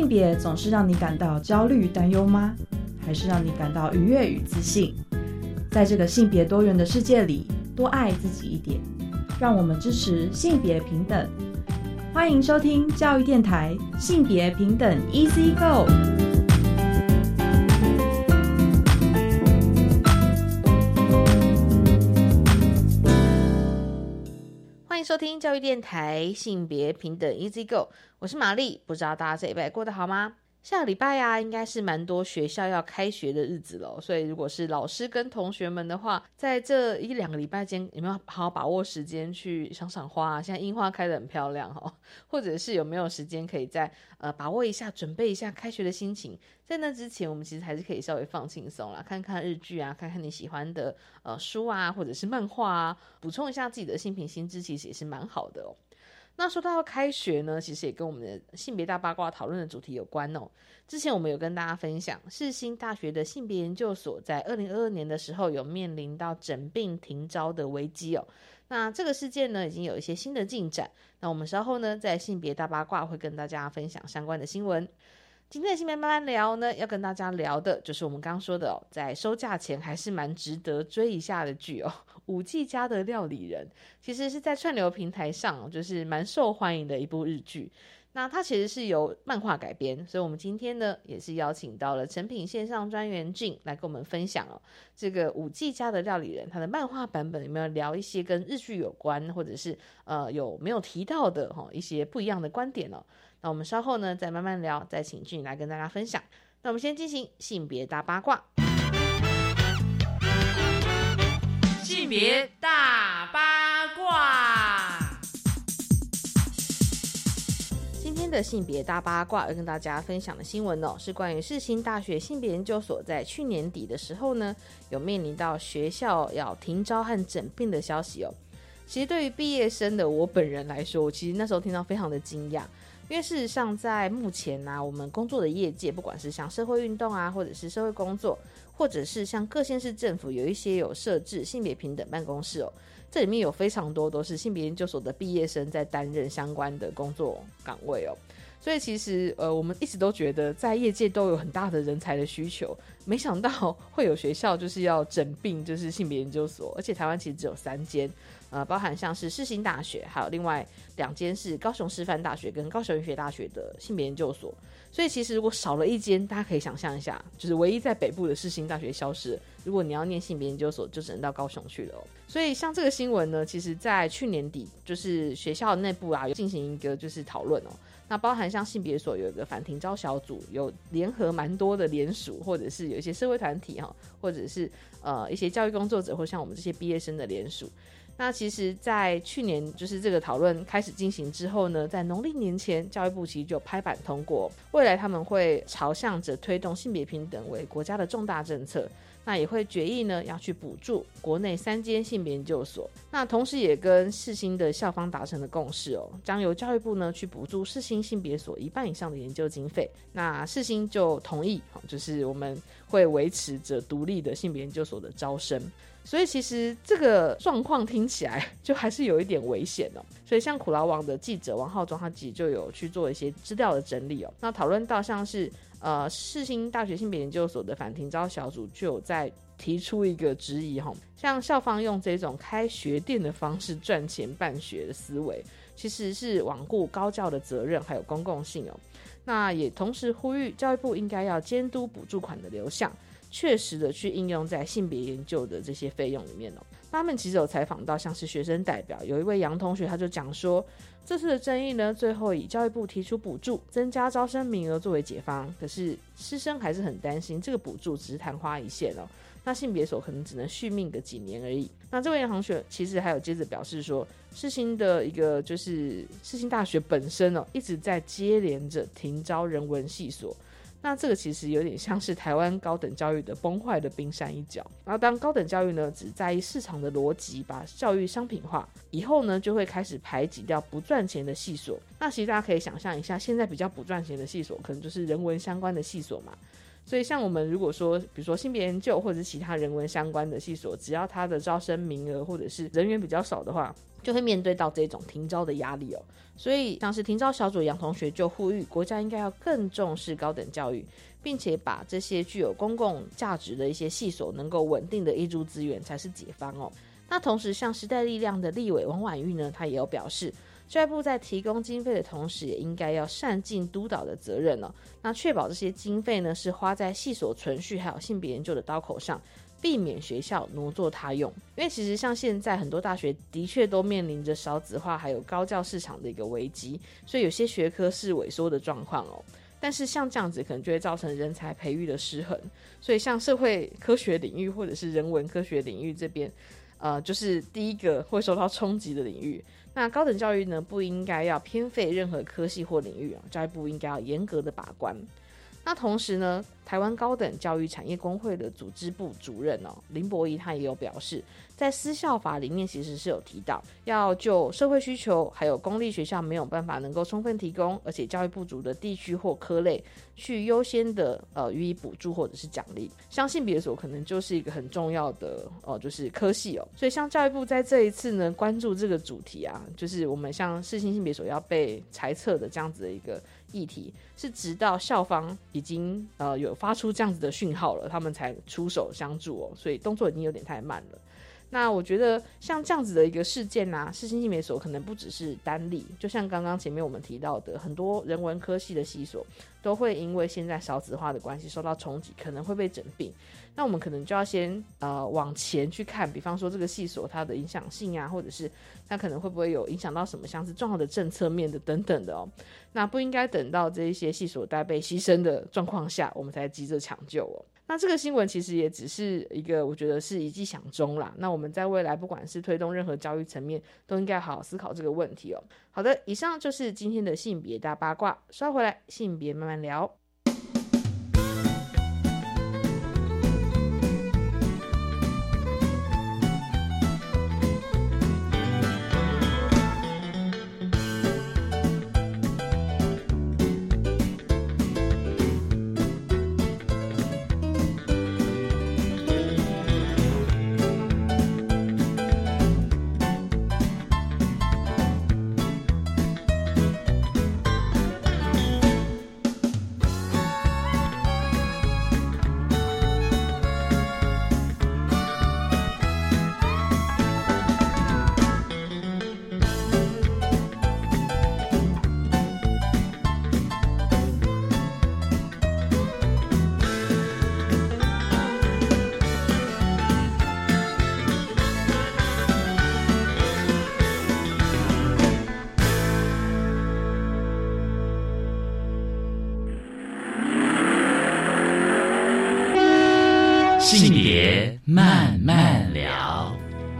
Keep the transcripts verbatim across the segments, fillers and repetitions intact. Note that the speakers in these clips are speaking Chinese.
性别总是让你感到焦虑担忧吗？还是让你感到愉悦与自信？在这个性别多元的世界里，多爱自己一点，让我们支持性别平等。欢迎收听教育电台性别平等 Easy Go。 欢迎收听教育电台性别平等 Easy Go， 我是玛丽。不知道大家这礼拜过得好吗？下个礼拜啊，应该是蛮多学校要开学的日子了，所以如果是老师跟同学们的话，在这一两个礼拜间，有没有好好把握时间去赏赏花啊？现在樱花开得很漂亮哦，或者是有没有时间可以再呃把握一下，准备一下开学的心情？在那之前，我们其实还是可以稍微放轻松啦，看看日剧啊，看看你喜欢的呃书啊，或者是漫画啊，补充一下自己的性平新知，其实也是蛮好的哦。那说到开学呢，其实也跟我们的性别大八卦讨论的主题有关哦。之前我们有跟大家分享，世新大学的性别研究所在二零二二年的时候有面临到整并停招的危机哦。那这个事件呢，已经有一些新的进展。那我们稍后呢，在性别大八卦会跟大家分享相关的新闻。今天的性别慢慢聊呢，要跟大家聊的就是我们刚刚说的哦，在收假前还是蛮值得追一下的剧哦。五 G 家的料理人其实是在串流平台上就是蛮受欢迎的一部日剧。那它其实是由漫画改编，所以我们今天呢也是邀请到了诚品线上专员俊来跟我们分享哦，这个五 G 家的料理人它的漫画版本有没有聊一些跟日剧有关，或者是呃有没有提到的、哦、一些不一样的观点哦。那我们稍后呢再慢慢聊，再请俊来跟大家分享。那我们先进行性别大八卦。 性别大八卦， 今天的性别大八卦要跟大家分享的新闻哦，是关于世新大学性别研究所在去年底的时候呢，有面临到学校要停招和整并的消息哦。其实对于毕业生的我本人来说，我其实那时候听到非常的惊讶。因为事实上在目前啊，我们工作的业界，不管是像社会运动啊，或者是社会工作，或者是像各县市政府有一些有设置性别平等办公室哦，这里面有非常多都是性别研究所的毕业生在担任相关的工作岗位哦。所以其实呃，我们一直都觉得在业界都有很大的人才的需求，没想到会有学校就是要整并就是性别研究所，而且台湾其实只有三间，呃，包含像是世新大学，还有另外两间是高雄师范大学跟高雄医学大学的性别研究所。所以其实如果少了一间，大家可以想象一下，就是唯一在北部的世新大学消失了，如果你要念性别研究所，就只能到高雄去了哦。所以像这个新闻呢，其实在去年底就是学校内部啊有进行一个就是讨论哦。那包含像性别所有一个反停招小组，有联合蛮多的联署，或者是有一些社会团体哈，或者是呃一些教育工作者，或像我们这些毕业生的联署。那其实在去年就是这个讨论开始进行之后呢，在农历年前教育部其实就拍板通过，未来他们会朝向着推动性别平等为国家的重大政策，那也会决议呢要去补助国内三间性别研究所，那同时也跟世新的校方达成了共识哦，将由教育部呢去补助世新性别所一半以上的研究经费，那世新就同意就是我们会维持着独立的性别研究所的招生。所以其实这个状况听起来就还是有一点危险哦。所以像苦劳网的记者王浩中，他其实就有去做一些资料的整理哦。那讨论到像是呃世新大学性别研究所的反停招小组就有在提出一个质疑哈，像校方用这种开学店的方式赚钱办学的思维，其实是罔顾高教的责任还有公共性哦。那也同时呼吁教育部应该要监督补助款的流向，确实的去应用在性别研究的这些费用里面哦。他们其实有采访到像是学生代表，有一位杨同学他就讲说，这次的争议呢，最后以教育部提出补助增加招生名额作为解方，可是师生还是很担心这个补助只是昙花一现哦，那性别所可能只能续命个几年而已。那这位杨同学其实还有接着表示说，世新的一个就是世新大学本身哦，一直在接连着停招人文系所，那这个其实有点像是台湾高等教育的崩坏的冰山一角。然后当高等教育呢只在意市场的逻辑，把教育商品化以后呢，就会开始排挤掉不赚钱的系所。那其实大家可以想象一下，现在比较不赚钱的系所可能就是人文相关的系所嘛， 所以像我们如果说比如说性别研究或者是其他人文相关的系所，只要它的招生名额或者是人员比较少的话，就会面对到这种停招的压力哦。所以像是停招小组杨同学就呼吁国家应该要更重视高等教育，并且把这些具有公共价值的一些系所能够稳定的挹注资源才是解方哦。那同时像时代力量的立委王婉玉呢，他也有表示，教育部在提供经费的同时也应该要善尽督导的责任哦，那确保这些经费呢是花在系所存续还有性别研究的刀口上，避免学校挪作他用。因为其实像现在很多大学的确都面临着少子化还有高教市场的一个危机，所以有些学科是萎缩的状况哦。但是像这样子可能就会造成人才培育的失衡，所以像社会科学领域或者是人文科学领域这边呃，就是第一个会受到冲击的领域。那高等教育呢，不应该要偏废任何科系或领域，教育部应该要严格的把关。那同时呢，台湾高等教育产业工会的组织部主任哦林博仪他也有表示，在私校法里面其实是有提到，要就社会需求还有公立学校没有办法能够充分提供，而且教育不足的地区或科类，去优先的呃予以补助或者是奖励。像性别所可能就是一个很重要的呃就是科系哦，所以像教育部在这一次呢关注这个主题啊，就是我们像世新性别所要被裁撤的这样子的一个议题，是直到校方已经呃有发出这样子的讯号了，他们才出手相助哦，所以动作已经有点太慢了。那我觉得像这样子的一个事件啊，世新性别所可能不只是单例，就像刚刚前面我们提到的，很多人文科系的系所都会因为现在少子化的关系受到冲击，可能会被整并。那我们可能就要先呃往前去看，比方说这个系所它的影响性啊，或者是它可能会不会有影响到什么像是重要的政策面的等等的哦。那不应该等到这一些系所在被牺牲的状况下，我们才急着抢救哦。那这个新闻其实也只是一个我觉得是一剂响钟啦，那我们在未来不管是推动任何教育层面都应该好好思考这个问题哦。好的，以上就是今天的性别大八卦，稍回来性别慢慢聊。 性别慢慢聊。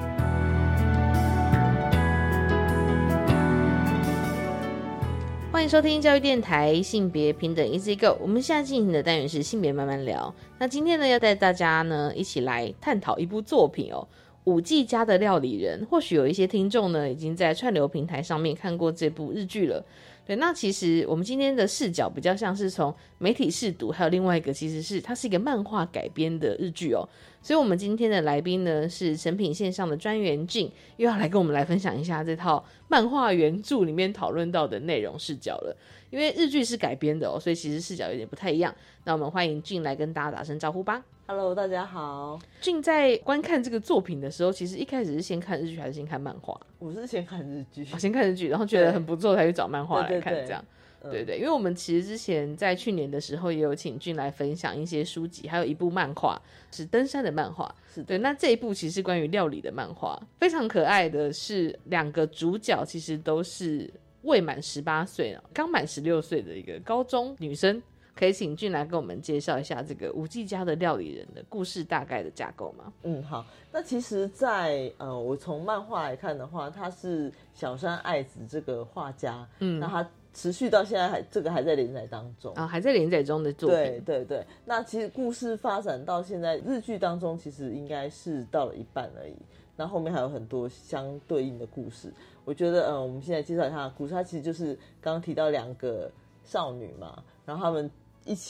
欢迎收听教育电台性别平等 Easy Go， 我们现在进行的单元是性别慢慢聊。那今天呢，要带大家呢一起来探讨一部作品哦，五 G 家的料理人。或许有一些听众呢已经在串流平台上面看过这部日剧了。对，那其实我们今天的视角比较像是从媒体视读，还有另外一个其实是它是一个漫画改编的日剧哦。所以我们今天的来宾呢是诚品线上的专员俊，又要来跟我们来分享一下这套漫画原著里面讨论到的内容视角了。因为日剧是改编的哦，所以其实视角有点不太一样。那我们欢迎俊来跟大家打声招呼吧。 Hello， 大家好。 俊在观看这个作品的时候，其实一开始是先看日剧还是先看漫画？ 我是先看日剧、 啊，先看日剧，然后觉得很不错才去找漫画来看，这样。 对对对对对，因为我们其实之前在去年的时候也有请俊来分享一些书籍，还有一部漫画是登山的漫画。 是对，那这一部其实是关于料理的漫画，非常可爱的是两个主角其实都是未满十八岁，刚满十六岁的一个高中女生。可以请俊来跟我们介绍一下这个五 G 家的料理人的故事大概的架构吗？ 嗯，好。那其实在，呃，我从漫画来看的话，他是小山爱子这个画家，嗯，那他持续到现在还这个还在连载当中啊，还在连载中的作品。 对对对。那其实故事发展到现在，日剧当中其实应该是到了一半而已。那后面还有很多相对应的故事。我觉得，呃，我们现在介绍一下故事，它其实就是刚刚提到两个少女嘛，然后他们一起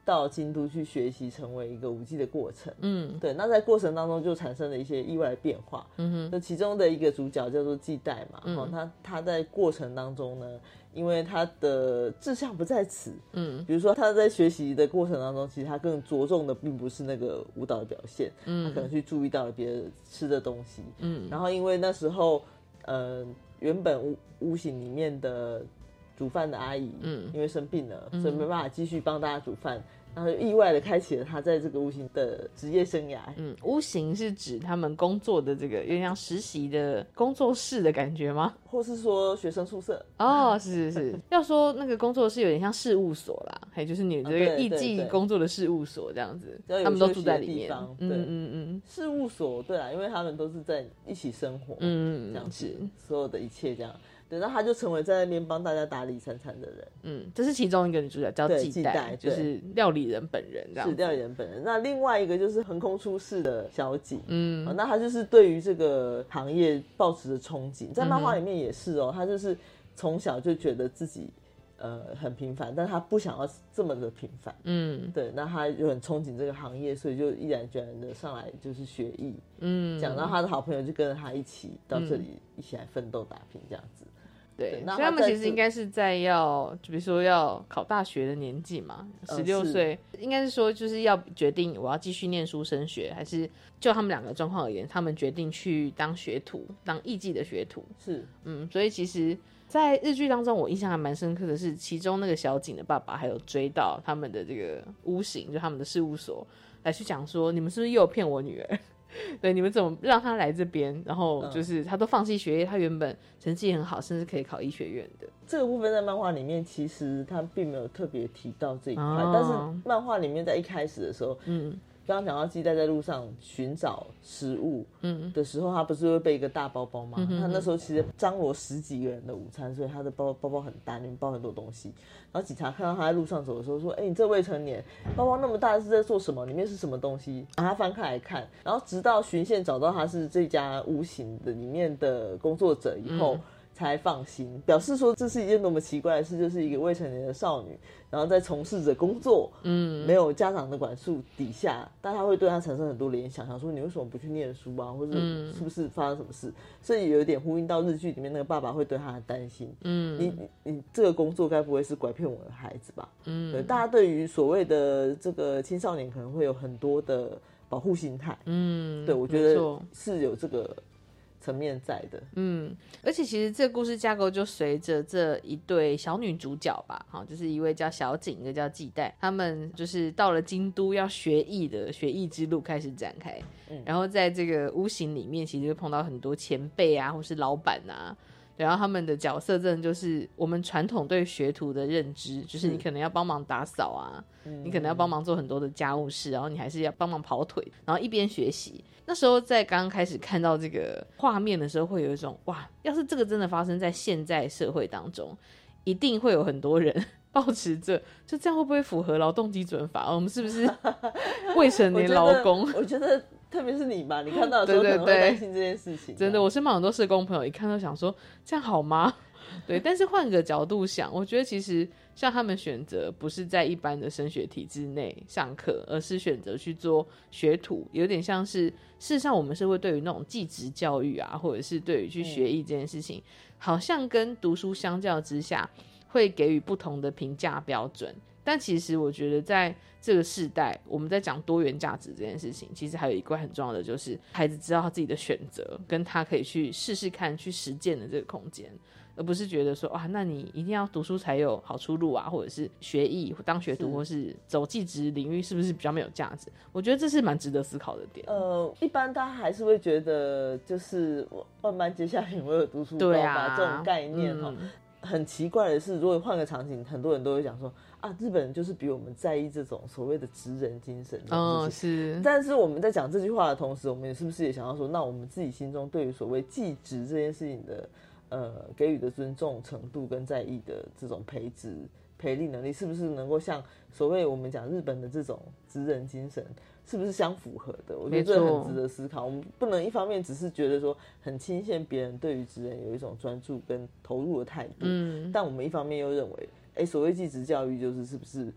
到京都去学习成为一个舞伎的过程。 嗯， 对，那在过程当中就产生了一些意外的变化。嗯哼，那其中的一个主角叫做纪代嘛，嗯、他他在过程当中呢，因为他的志向不在此，嗯，比如说他在学习的过程当中，其实他更着重的并不是那个舞蹈的表现，嗯，他可能去注意到了别人吃的东西，嗯，然后因为那时候，呃，原本屋屋型里面的煮饭的阿姨，嗯，因为生病了，所以没办法继续帮大家煮饭。然后意外的开启了他在这个屋型的职业生涯。 嗯，屋型是指他们工作的这个有点像实习的工作室的感觉吗？ 或是说学生宿舍？ 哦，是是是。要说那个工作室有点像事务所啦，还有就是你这个艺伎工作的事务所这样子，他们都住在里面。 嗯嗯嗯，事务所对啦，因为他们都是在一起生活，嗯，这样子，所有的一切这样。对，那他就成为在那边帮大家打理三餐的人。 嗯，这是其中一个女主角叫纪代，就是料理人本人这样。 是料理人本人。那另外一个就是横空出世的小景。嗯、哦，那他就是对于这个行业抱持着憧憬，在漫画里面也是哦，他就是从小就觉得自己呃很平凡，但他不想要这么的平凡。嗯，对，那他就很憧憬这个行业，所以就毅然决然的上来就是学艺。嗯，讲到他的好朋友就跟着他一起到这里、嗯、一起来奋斗打拼这样子。 对，所以他们其实应该是在要，比如说要考大学的年纪嘛，十六岁，应该是说就是要决定我要继续念书升学，还是就他们两个状况而言，他们决定去当学徒，当艺伎的学徒。 是， 嗯，所以其实，在日剧当中，我印象还蛮深刻的是，其中那个小景的爸爸还有追到他们的这个屋型，就他们的事务所来去讲说，你们是不是又有骗我女儿？对，你们怎么让他来这边？然后就是他都放弃学业，他原本成绩很好，甚至可以考医学院的。 这个部分在漫画里面其实他并没有特别提到这一块，哦、但是漫画里面在一开始的时候，嗯。刚刚讲到纪代在路上寻找食物的时候，他不是会背一个大包包吗？嗯、他那时候其实张罗十几个人的午餐，所以他的包包包很大，里面包很多东西。然后警察看到他在路上走的时候说：“哎、欸，你这未成年，包包那么大是在做什么？里面是什么东西？”然后他翻开来看，然后直到循线找到他是这家屋型的里面的工作者以后。嗯才放心，表示说这是一件多么奇怪的事，就是一个未成年的少女，然后在从事着工作，嗯，没有家长的管束底下，但他会对他产生很多联想，想说你为什么不去念书啊，或者是不是发生什么事，所以有一点呼应到日剧里面那个爸爸会对他的担心，嗯，你你你这个工作该不会是拐骗我的孩子吧？嗯，对，大家对于所谓的这个青少年可能会有很多的保护心态，嗯，对我觉得是有这个。层面在的， 嗯，而且其实这个故事架构就随着这一对小女主角吧，哈，就是一位叫小景，一个叫纪代，他们就是到了京都要学艺的学艺之路开始展开，嗯，然后在这个屋型里面，其实会碰到很多前辈啊，或是老板啊。然后他们的角色真的就是我们传统对学徒的认知，就是你可能要帮忙打扫啊，嗯、你可能要帮忙做很多的家务事，然后你还是要帮忙跑腿，然后一边学习。那时候在刚刚开始看到这个画面的时候，会有一种哇，要是这个真的发生在现在社会当中，一定会有很多人抱持着，就这样会不会符合劳动基准法？我们是不是未成年劳工？ 我觉得，我觉得特别是你吧，你看到的时候可能会担心这件事情。 真的，我身旁很多社工朋友一看到想说，这样好吗？对，但是换个角度想，我觉得其实像他们选择不是在一般的升学体制内上课，而是选择去做学徒，有点像是事实上我们是会对于那种技职教育啊，或者是对于去学艺这件事情，嗯、好像跟读书相较之下会给予不同的评价标准。但其实我觉得在这个世代，我们在讲多元价值这件事情，其实还有一块很重要的，就是孩子知道他自己的选择，跟他可以去试试看去实践的这个空间，而不是觉得说啊，那你一定要读书才有好出路啊，或者是学艺当学徒，或是走技职领域是不是比较没有价值？我觉得这是蛮值得思考的点。 呃，一般大家还是会觉得，就是万般皆下品，唯有读书高吧，啊、这种概念哈。嗯很奇怪的是，如果换个场景，很多人都会讲说啊，日本人就是比我们在意这种所谓的职人精神。 哦，是。 但是我们在讲这句话的同时，我们是不是也想要说，那我们自己心中对于所谓技职这件事情的呃给予的尊重程度跟在意的这种培植培力能力，是不是能够像所谓我们讲日本的这种职人精神？是不是相符合的？我觉得这很值得思考。我们不能一方面只是觉得说很钦羡别人对于职人有一种专注跟投入的态度，嗯，但我们一方面又认为，哎，所谓技职教育就是是不是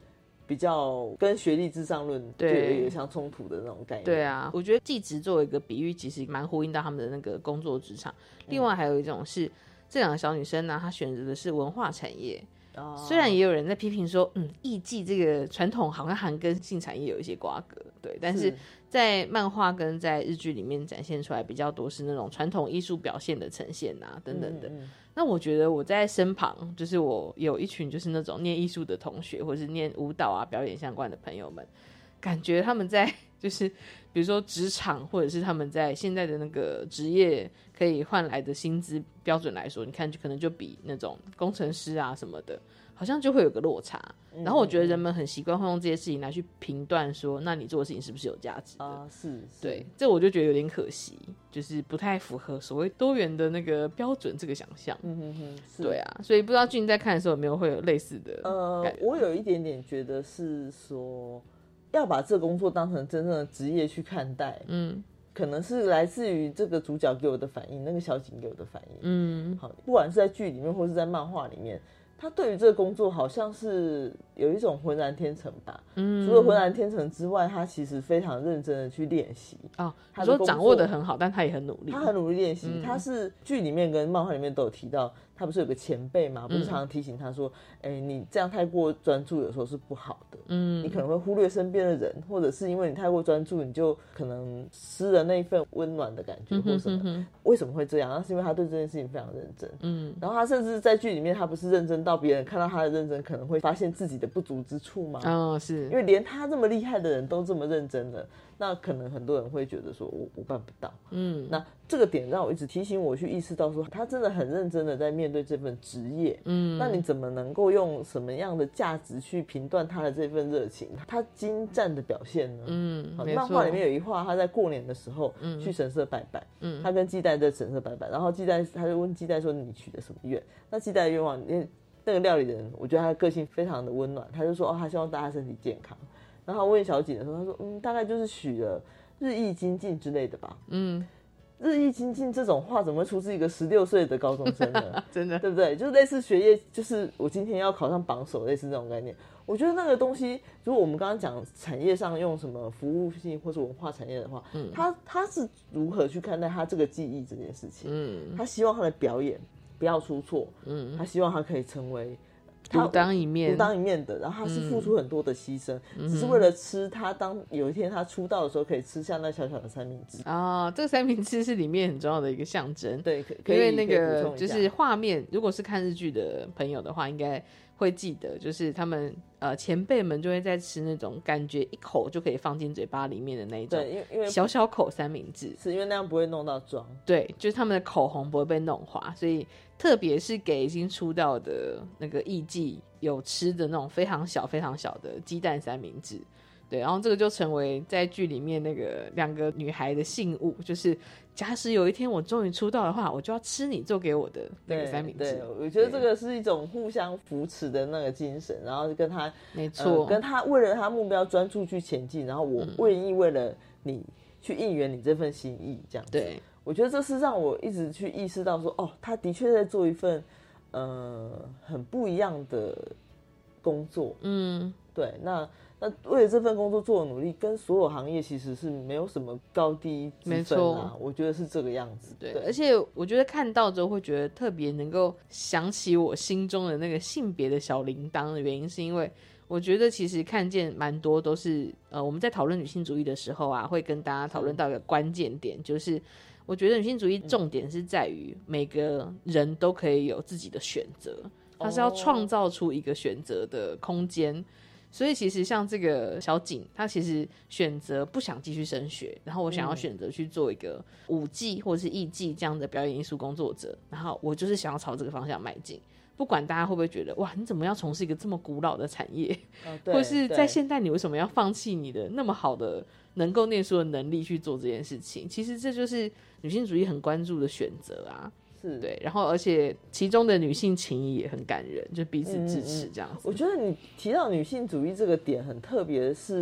比较跟学历至上论就对有相冲突的那种概念。 对啊，我觉得技职作为一个比喻，其实蛮呼应到他们的那个工作职场。另外还有一种是这两个小女生呢，她选择的是文化产业。哦、虽然也有人在批评说，嗯，艺伎这个传统好像还跟性产业有一些瓜葛，对，但是在漫画跟在日剧里面展现出来比较多是那种传统艺术表现的呈现啊，等等的。嗯嗯，那我觉得我在身旁，就是我有一群就是那种念艺术的同学，或是念舞蹈啊、表演相关的朋友们，感觉他们在就是比如说职场，或者是他们在现在的那个职业可以换来的薪资标准来说，你看就可能就比那种工程师啊什么的好像就会有个落差。然后我觉得人们很习惯会用这些事情来去评断说，那你做的事情是不是有价值的啊？ 是, 是对，这我就觉得有点可惜，就是不太符合所谓多元的那个标准这个想象。嗯哼哼，对啊，所以不知道俊在看的时候有没有会有类似的呃，我有一点点觉得是说要把这个工作当成真正的职业去看待。嗯，可能是来自于这个主角给我的反应，那个小景给我的反应。嗯，好，不管是在剧里面或是在漫画里面，他对于这个工作好像是有一种浑然天成吧。嗯，除了浑然天成之外，他其实非常认真的去练习。哦， 他说掌握的很好，但他也很努力。 他很努力练习。嗯、他是剧里面跟漫画里面都有提到，他不是有个前辈嘛，不是常常提醒他说：“哎、嗯欸，你这样太过专注，有时候是不好的。嗯，你可能会忽略身边的人，或者是因为你太过专注，你就可能失了那一份温暖的感觉，或什么。嗯”为什么会这样？那是因为他对这件事情非常认真。嗯，然后他甚至在剧里面，他不是认真到别人看到他的认真，可能会发现自己的不足之处吗？ 哦，是因为连他这么厉害的人都这么认真了，那可能很多人会觉得说我我办不到。嗯，那这个点让我一直提醒我去意识到说，他真的很认真的在面对这份职业。嗯，那你怎么能够用什么样的价值去评断他的这份热情，他精湛的表现呢？嗯，漫画里面有一话，他在过年的时候去神社拜拜。嗯，他跟季代在神社拜拜，然后季代他就问季代说：“你许的什么愿？”那季代的愿望，因为那个料理的人，我觉得他的个性非常的温暖，他就说：“哦，他希望大家身体健康。”然后问小景的时候，他说：“嗯，大概就是许了日益精进之类的吧。”嗯，日益精进这种话怎么会出自一个十六岁的高中生呢？ 真的， 对不对？就是类似学业，就是我今天要考上榜首，类似这种概念。我觉得那个东西，如果我们刚刚讲产业上用什么服务性或是文化产业的话，嗯，他他是如何去看待他这个技艺这件事情？嗯，他希望他的表演不要出错，嗯，他希望他可以成为独当一面， 独当一面的，然后他是付出很多的牺牲，嗯、只是为了吃他当有一天他出道的时候可以吃下那小小的三明治啊、哦。这个三明治是里面很重要的一个象征， 对，可以因为那个就是画面，如果是看日剧的朋友的话，应该会记得，就是他们呃前辈们就会在吃那种感觉一口就可以放进嘴巴里面的那一种， 对，因为小小口三明治， 是因为那样不会弄到妆， 对，就是他们的口红不会被弄滑，所以特别是给已经出道的那个艺伎有吃的那种非常小非常小的鸡蛋三明治，对，然后这个就成为在剧里面那个两个女孩的信物，就是假使有一天我终于出道的话，我就要吃你做给我的那个三明治。 对，我觉得这个是一种互相扶持的那个精神，然后跟他没错、 呃，跟他为了他目标专注去前进，然后我愿意为了你去应援你这份心意，这样子。 对， 我觉得这是让我一直去意识到说，哦，他的确在做一份呃很不一样的工作。嗯，对，那。那为了这份工作做的努力，跟所有行业其实是没有什么高低之分啊。我觉得是这个样子。 对，对，而且我觉得看到之后会觉得特别能够想起我心中的那个性别的小铃铛的原因，是因为我觉得其实看见蛮多都是呃我们在讨论女性主义的时候啊，会跟大家讨论到一个关键点，就是我觉得女性主义重点是在于每个人都可以有自己的选择，它是要创造出一个选择的空间。所以其实像这个小景，他其实选择不想继续升学，然后我想要选择去做一个舞伎或是艺伎这样的表演艺术工作者，然后我就是想要朝这个方向迈进。不管大家会不会觉得哇，你怎么要从事一个这么古老的产业、哦、或是在现代你为什么要放弃你的那么好的能够念书的能力去做这件事情，其实这就是女性主义很关注的选择啊。是对，然后而且其中的女性情谊也很感人，就彼此支持这样子。 嗯嗯嗯，我觉得你提到女性主义这个点很特别的是，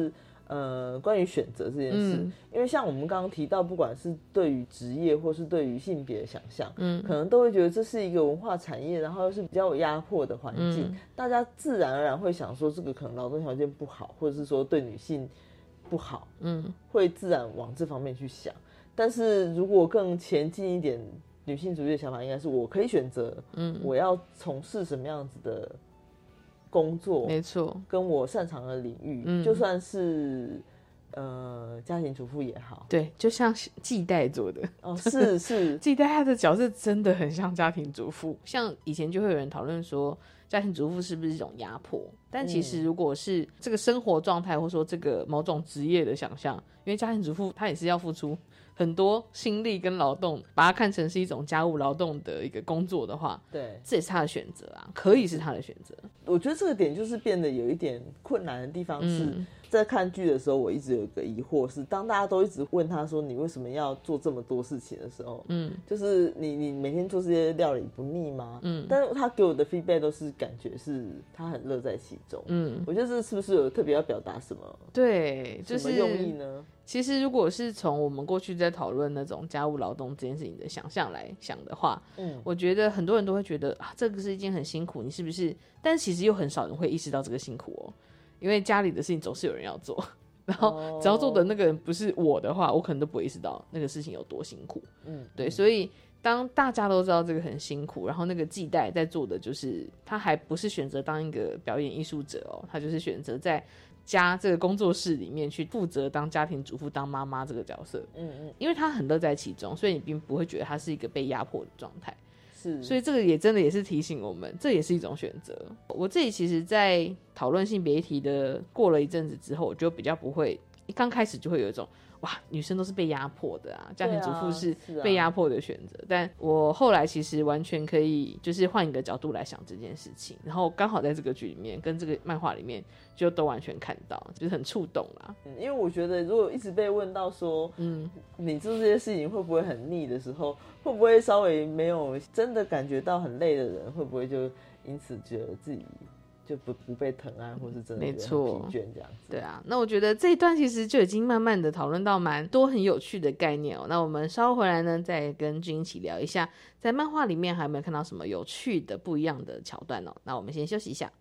呃，关于选择这件事，嗯、因为像我们刚刚提到，不管是对于职业或是对于性别的想象，嗯，可能都会觉得这是一个文化产业，然后又是比较有压迫的环境，嗯、大家自然而然会想说，这个可能劳动条件不好，或者是说对女性不好，嗯，会自然往这方面去想。但是如果更前进一点，女性主义的想法应该是，我可以选择，嗯，我要从事什么样子的工作， 没错， 跟我擅长的领域，嗯、就算是呃家庭主妇也好， 对，就像继代做的哦，是是， 继代他的角色真的很像家庭主妇，像以前就会有人讨论说，家庭主妇是不是一种压迫？但其实如果是这个生活状态，或说这个某种职业的想象，因为家庭主妇她也是要付出很多心力跟劳动，把它看成是一种家务劳动的一个工作的话， 对， 这也是他的选择啊，可以是他的选择。 我觉得这个点就是变得有一点困难的地方是，嗯、在看剧的时候，我一直有一个疑惑是，当大家都一直问他说你为什么要做这么多事情的时候，嗯，就是你你每天做这些料理不腻吗？嗯，但是他给我的 feedback 都是感觉是他很乐在其中。嗯，我觉得这是不是有特别要表达什么？ 对，就是什么用意呢？ 其实如果是从我们过去在讨论那种家务劳动这件事情的想象来想的话，嗯，我觉得很多人都会觉得啊，这个是一件很辛苦，你是不是？但其实又很少人会意识到这个辛苦哦，因为家里的事情总是有人要做，然后只要做的那个人不是我的话，我可能都不会意识到那个事情有多辛苦。嗯，对，所以当大家都知道这个很辛苦，然后那个继代在做的就是他还不是选择当一个表演艺术者哦，他就是选择在家这个工作室里面去负责当家庭主妇、当妈妈这个角色。嗯嗯，因为他很乐在其中，所以你并不会觉得他是一个被压迫的状态。 是， 所以这个也真的也是提醒我们，这也是一种选择。我自己其实在讨论性别议题的过了一阵子之后，我就比较不会刚开始就会有一种哇，女生都是被压迫的啊，家庭主妇是被压迫的选择。啊啊、但我后来其实完全可以就是换一个角度来想这件事情，然后刚好在这个剧里面跟这个漫画里面就都完全看到，就是很触动啦。 嗯，因为我觉得如果一直被问到说，嗯，你做这些事情会不会很腻的时候，会不会稍微没有真的感觉到很累的人，会不会就因此觉得自己就 不, 不被疼爱，或是真的觉得很疲倦这样子。 对啊，那我觉得这一段其实就已经慢慢的讨论到蛮多很有趣的概念哦。那我们稍后回来呢，再跟君一起聊一下，在漫画里面还有没有看到什么有趣的不一样的桥段哦？那我们先休息一下。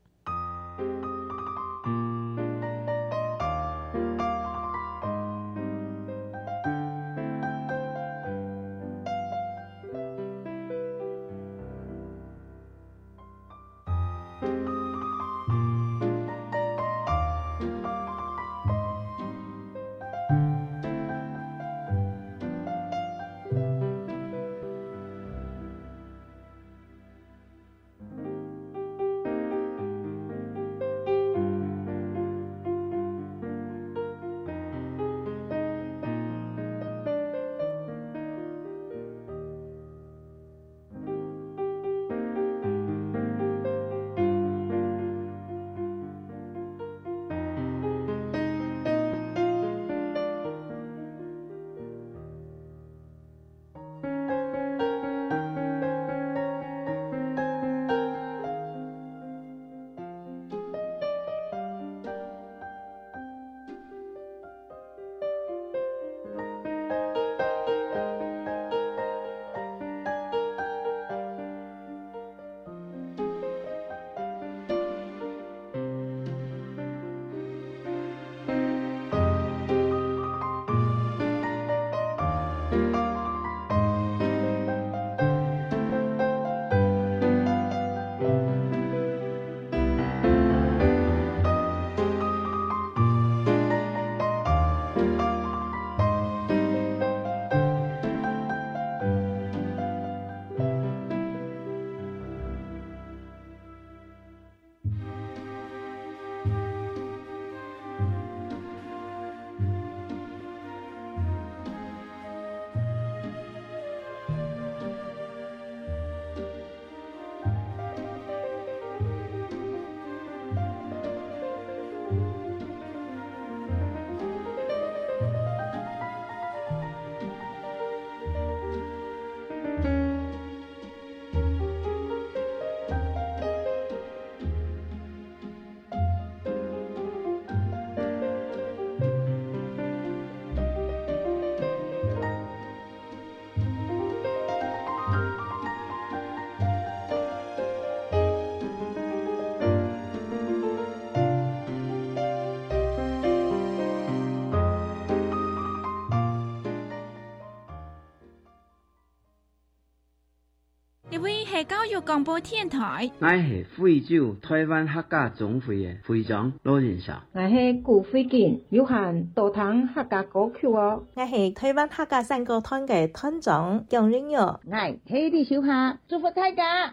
是教育广播电台， 我是惠州台湾客家总会的会长罗仁孝， 我是古飞健有限道堂客家歌曲哦， 我是台湾客家山歌团嘅团长姜仁玉，我係李小夏，祝福大家。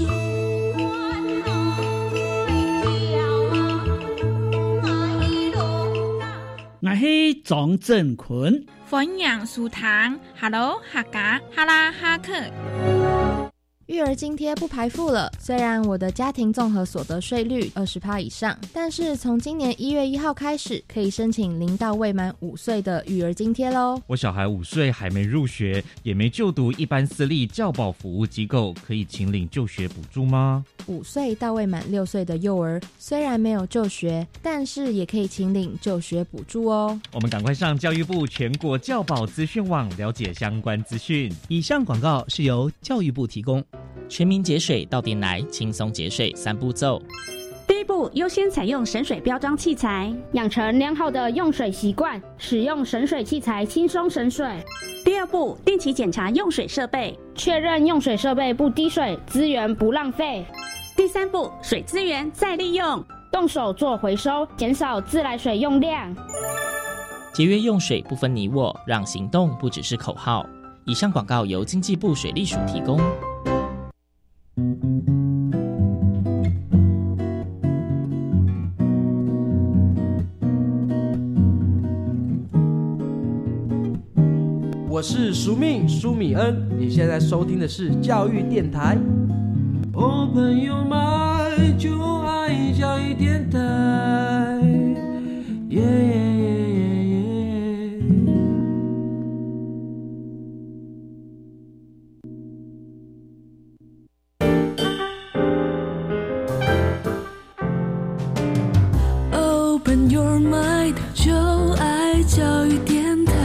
我是莊振坤， 歡迎收聽 Hello 客家哈拉哈克。 育儿津贴不排付了，虽然我的家庭综合所得税率 百分之二十 以上，但是从今年一月一号开始，可以申请零到未满五岁的育儿津贴咯。 我小孩五岁还没入学，也没就读一般私立教保服务机构，可以请领就学补助吗？ 五岁到未满六岁的幼儿虽然没有就学，但是也可以请领就学补助哦。 我们赶快上教育部全国教保资讯网了解相关资讯。 以上广告是由教育部提供。 全民节水到店来，轻松节水三步骤。 第一步，优先采用省水标章器材，养成良好的用水习惯，使用省水器材轻松省水。 第二步，定期检查用水设备， 确认用水设备不滴水，资源不浪费。 第三步，水资源再利用， 动手做回收，减少自来水用量。 节约用水不分你我，让行动不只是口号。以上广告由经济部水利署提供。 我是苏命苏米恩，你现在收听的是教育电台。Open your mind， 就爱教育电台。耶耶耶耶耶。 Open your mind， 就爱教育电台。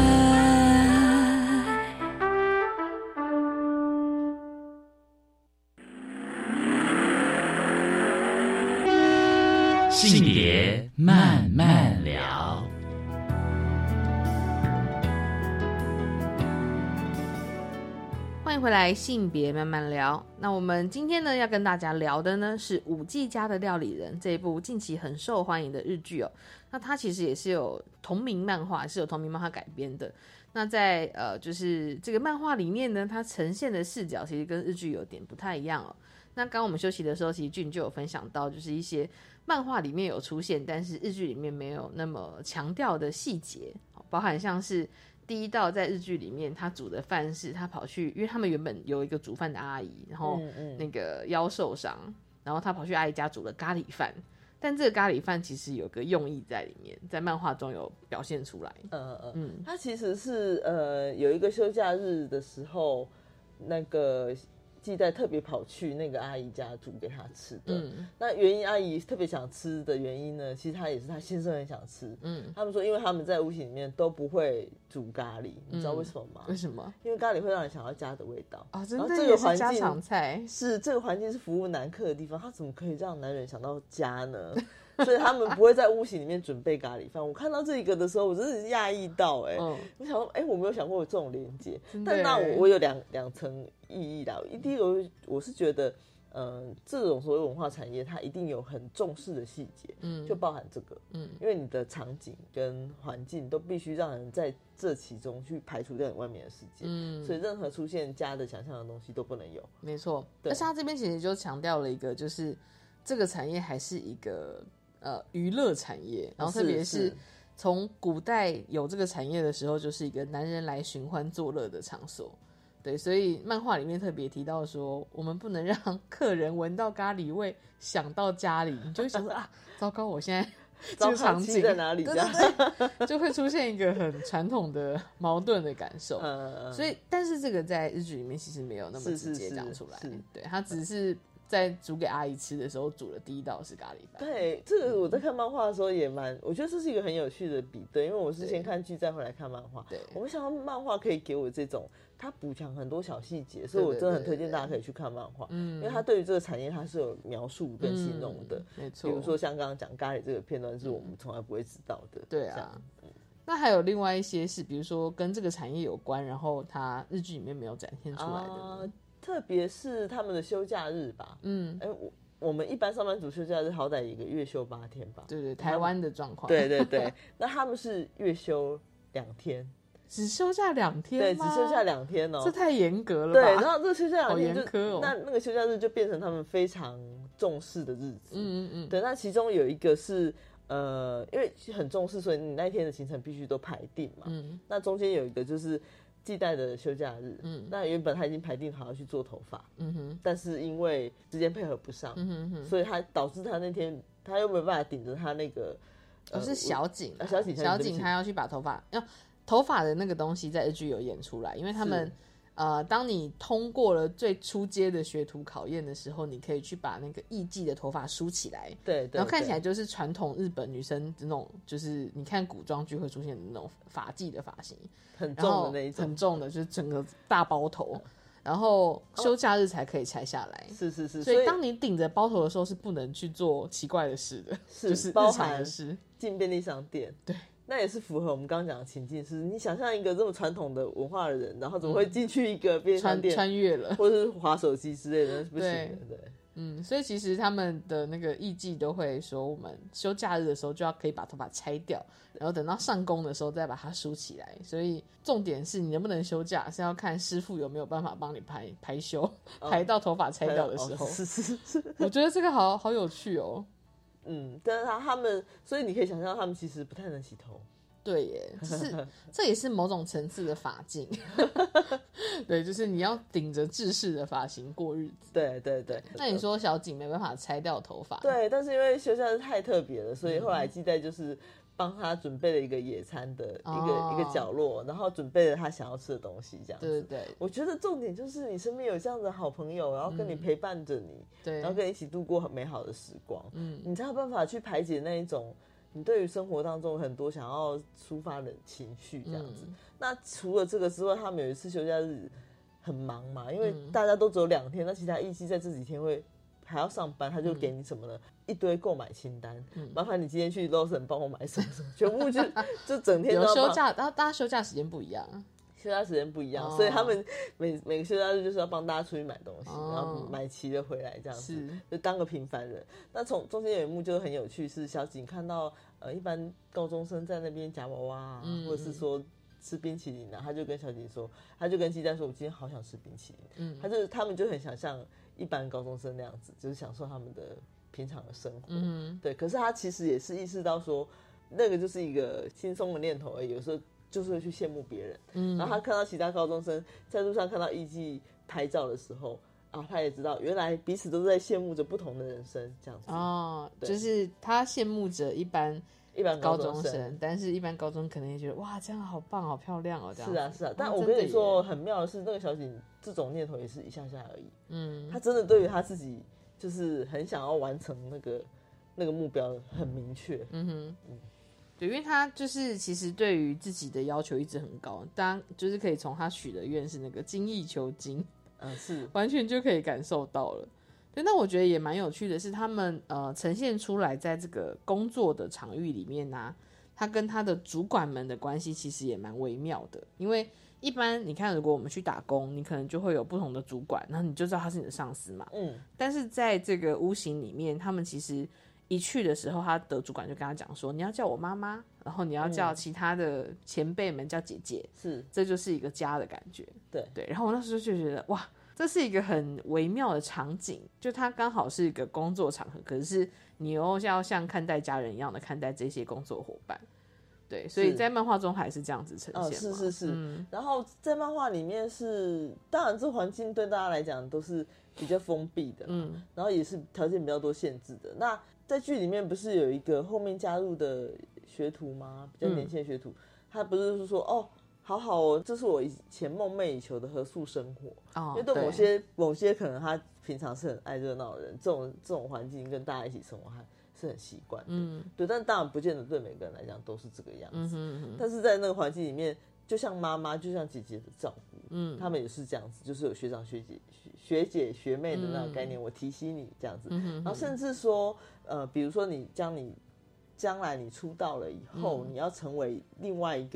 性别慢慢聊。 欢迎回来，性别慢慢聊。那我们今天呢要跟大家聊的呢是五 G 家的料理人这一部近期很受欢迎的日剧哦。那它其实也是有同名漫画，是有同名漫画改编的。那在呃就是这个漫画里面呢，它呈现的视角其实跟日剧有点不太一样哦。那刚刚我们休息的时候，其实俊就有分享到，就是一些漫画里面有出现，但是日剧里面没有那么强调的细节，包含像是第一道在日剧里面他煮的饭是他跑去，因为他们原本有一个煮饭的阿姨，然后那个腰受伤，然后他跑去阿姨家煮了咖喱饭，但这个咖喱饭其实有个用意在里面，在漫画中有表现出来。 呃呃嗯，他其实是呃有一个休假日的时候，那个季代特别跑去那个阿姨家煮给他吃的。嗯，那原因阿姨特别想吃的原因呢，其实他也是他先生很想吃。嗯，他们说，因为他们在屋企里面都不会煮咖喱，你知道为什么吗？ 为什么？ 因为咖喱会让人想要家的味道啊，真的也是家常菜。 是这个环境是服务男客的地方，他怎么可以让男人想到家呢？所以他们不会在屋型里面准备咖喱饭。我看到这个的时候，我真的是讶异到哎、欸嗯，我想说，哎、欸，我没有想过有这种连接。但那我我有两两层意义啦。第一个，我是觉得，呃，这种所谓文化产业，它一定有很重视的细节，嗯，就包含这个，嗯，因为你的场景跟环境都必须让人在这其中去排除掉你外面的世界，嗯，所以任何出现家的想象的东西都不能有。 没错，而且他这边其实就强调了一个，就是这个产业还是一个。呃，娱乐产业，然后特别是从古代有这个产业的时候，就是一个男人来寻欢作乐的场所。对，所以漫画里面特别提到说，我们不能让客人闻到咖喱味想到家里，你就会想说啊，糟糕，我现在这个场景在哪里？ 对对对，就会出现一个很传统的矛盾的感受。嗯、所以，但是这个在日剧里面其实没有那么直接讲出来，是是是是对，它只是。在煮给阿姨吃的时候，煮的第一道是咖喱饭。 对，这个我在看漫画的时候也蛮，我觉得这是一个很有趣的比对，因为我是先看剧再回来看漫画。对，我没想到漫画可以给我这种，它补强很多小细节，所以我真的很推荐大家可以去看漫画，嗯，因为它对于这个产业它是有描述跟形容的，嗯、没错。比如说像刚刚讲咖喱这个片段，是我们从来不会知道的。对啊。 那还有另外一些是，比如说跟这个产业有关，然后它日剧里面没有展现出来的。啊特别是他们的休假日吧，嗯，哎、欸，我我们一般上班族休假日好歹一个月休八天吧， 对对，台湾的状况， 对对对，那他们是月休两天。 只休假两天吗？ 对，只休假两天哦， 这太严格了吧？ 对，然后这个休假两天就好严苛哦。 那那个休假日就变成他们非常重视的日子。嗯嗯嗯。对，那其中有一个是呃，因为很重视，所以你那一天的行程必须都排定嘛。嗯。那中间有一个就是季代的休假日，嗯，那原本他已经排定好要去做头发，嗯哼，但是因为时间配合不上，嗯哼哼，所以他导致他那天他又没有办法顶着他那个， 呃、哦，是小景、啊， 小景， 小景他要去把头发要。头发的那个东西在日剧有演出来，因为他们呃，当你通过了最初阶的学徒考验的时候，你可以去把那个艺妓的头发梳起来， 对， 然后看起来就是传统日本女生那种，就是你看古装剧会出现的那种发髻的发型， 很重的那一种， 很重的，就是整个大包头。然后休假日才可以拆下来， 是是是， 所以当你顶着包头的时候是不能去做奇怪的事的， 是就是日常的事， 进便利商店， 对。 那也是符合我们刚刚讲的情境，是你想象一个这么传统的文化的人，然后怎么会进去一个便利商店、 嗯、穿, 穿越了， 或者是滑手机之类的，不行的。对， 嗯，所以其实他们的那个艺妓都会说，我们休假日的时候就要可以把头发拆掉，然后等到上工的时候再把它梳起来。所以重点是你能不能休假，是要看师傅有没有办法帮你排排休，哦、排到头发拆掉的时候。 哦、是是是， 我觉得这个好好有趣哦。 嗯，但是他他们，所以你可以想象，他们其实不太能洗头。 对耶，就是这也是某种层次的发镜。对，就是你要顶着制式的发型过日子。 对对对。 那你说小景没办法拆掉头发？ 对，但是因为休假日太特别了，所以后来季代就是帮他准备了一个野餐的一个、哦、一个角落，然后准备了他想要吃的东西，这样子。 对对对。 我觉得重点就是你身边有这样的好朋友，然后跟你陪伴着你，对、嗯，然后跟你一起度过很美好的时光，嗯，你才有办法去排解那一种。你对于生活当中很多想要抒发的情绪这样子、嗯、那除了这个之外，他们有一次休假日很忙嘛，因为大家都只有两天、嗯、那其他艺妓在这几天会还要上班，他就给你什么呢、嗯、一堆购买清单、嗯、麻烦你今天去 Lawson 帮我买什么什么，全部就就整天都要有休假，然后大家休假时间不一样， 休假时间不一样、哦、所以他们每每个休假日就是要帮大家出去买东西、哦、然后买齐了回来这样子，就当个平凡人。那从中间有一幕就很有趣，是小景看到呃一般高中生在那边夹娃娃啊、嗯、或者是说吃冰淇淋啊，他就跟小景说，他就跟鸡蛋说，我今天好想吃冰淇淋、嗯、他就他们就很想像一般高中生那样子，就是享受他们的平常的生活、嗯、对。可是他其实也是意识到说那个就是一个轻松的念头而已，有时候就是会去羡慕别人、嗯、然后他看到其他高中生在路上看到艺妓拍照的时候啊，他也知道原来彼此都在羡慕着不同的人生这样子哦，就是他羡慕着一般一般高中生，但是一般高中可能也觉得哇这样好棒好漂亮哦，这样是啊是啊。但我跟你说很妙的是，那个小景这种念头也是一下下而已，嗯，他真的对于他自己就是很想要完成那个那个目标很明确，嗯哼嗯。 对，因为他就是其实对于自己的要求一直很高，当就是可以从他许的愿是那个精益求精， 嗯，是完全就可以感受到了。对，那我觉得也蛮有趣的是，他们呃呈现出来在这个工作的场域里面啊，他跟他的主管们的关系其实也蛮微妙的。因为一般你看，如果我们去打工，你可能就会有不同的主管，然后你就知道他是你的上司嘛，嗯。但是在这个屋型里面，他们其实一去的时候，他的主管就跟他讲说，你要叫我妈妈，然后你要叫其他的前辈们叫姐姐， 是， 这就是一个家的感觉。 对对，然后我那时候就觉得哇，这是一个很微妙的场景，就它刚好是一个工作场合，可是你又要像看待家人一样的看待这些工作伙伴。对，所以在漫画中还是这样子呈现嘛、哦、 是是是、嗯、然后在漫画里面是当然这环境对大家来讲都是比较封闭的，嗯，然后也是条件比较多限制的。那在剧里面不是有一个后面加入的学徒吗？比较年轻的学徒、嗯、他不是说哦好好哦，这是我以前梦寐以求的合宿生活、哦、因为对某些对某些可能他平常是很爱热闹的人，这种这种环境跟大家一起生活还是很习惯的，嗯，对，但当然不见得对每个人来讲都是这个样子，嗯哼嗯哼，但是在那个环境里面，就像妈妈，就像姐姐的照顾，嗯，他们也是这样子，就是有学长学姐、学姐学妹的那种概念，嗯、我提携你这样子，嗯哼嗯哼，然后甚至说，呃，比如说你将你将来你出道了以后、嗯，你要成为另外一个